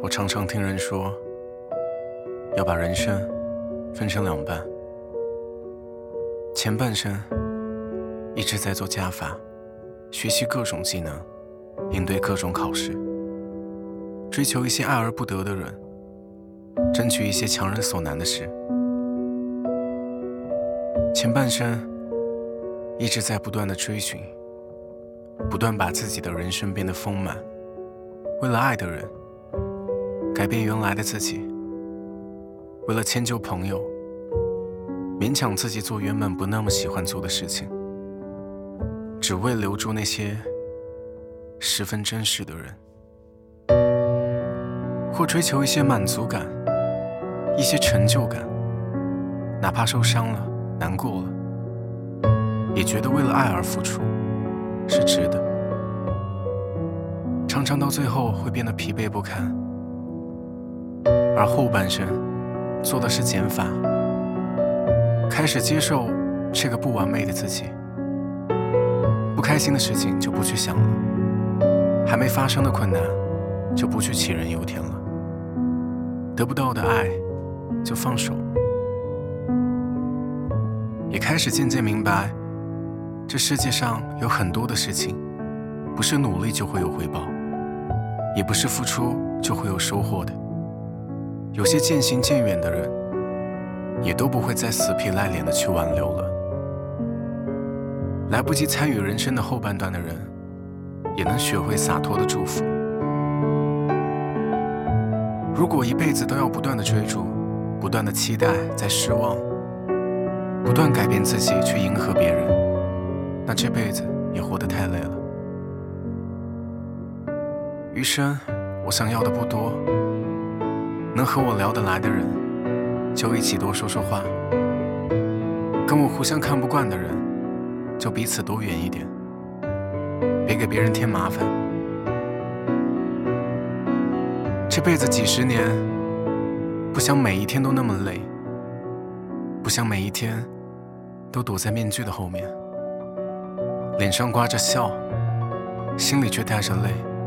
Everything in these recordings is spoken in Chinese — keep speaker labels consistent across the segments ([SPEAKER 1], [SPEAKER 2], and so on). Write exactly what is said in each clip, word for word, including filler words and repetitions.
[SPEAKER 1] 我常常听人说，要把人生分成两半，前半生一直在做加法，学习各种技能，应对各种考试，追求一些爱而不得的人，争取一些强人所难的事。前半生一直在不断的追寻，不断把自己的人生变得丰满，为了爱的人改变原来的自己，为了迁就朋友勉强自己做原本不那么喜欢做的事情，只为留住那些十分真实的人，或追求一些满足感，一些成就感，哪怕受伤了难过了，也觉得为了爱而付出是值得，常常到最后会变得疲惫不堪。而后半生做的是减法，开始接受这个不完美的自己，不开心的事情就不去想了，还没发生的困难就不去杞人忧天了，得不到的爱就放手，也开始渐渐明白，这世界上有很多的事情不是努力就会有回报，也不是付出就会有收获的。有些渐行渐远的人也都不会再死皮赖脸的去挽留了，来不及参与人生的后半段的人也能学会洒脱的祝福。如果一辈子都要不断的追逐，不断的期待，再失望，不断改变自己去迎合别人，那这辈子也活得太累了。余生我想要的不多，能和我聊得来的人就一起多说说话，跟我互相看不惯的人就彼此多远一点，别给别人添麻烦。这辈子几十年，不想每一天都那么累，不想每一天都躲在面具的后面，脸上挂着笑，心里却带着泪。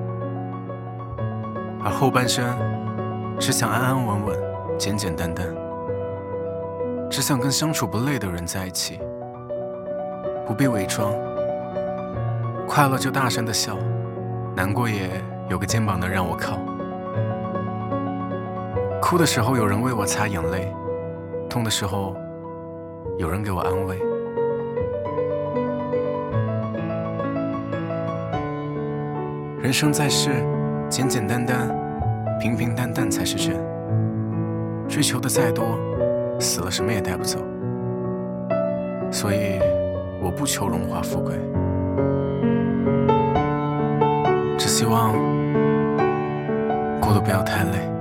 [SPEAKER 1] 而后半生只想安安稳稳，简简单单，只想跟相处不累的人在一起，不必伪装，快乐就大声的笑，难过也有个肩膀能让我靠，哭的时候有人为我擦眼泪，痛的时候有人给我安慰。人生在世，简简单单，平平淡淡才是真，追求的再多，死了什么也带不走。所以我不求荣华富贵，只希望过得不要太累。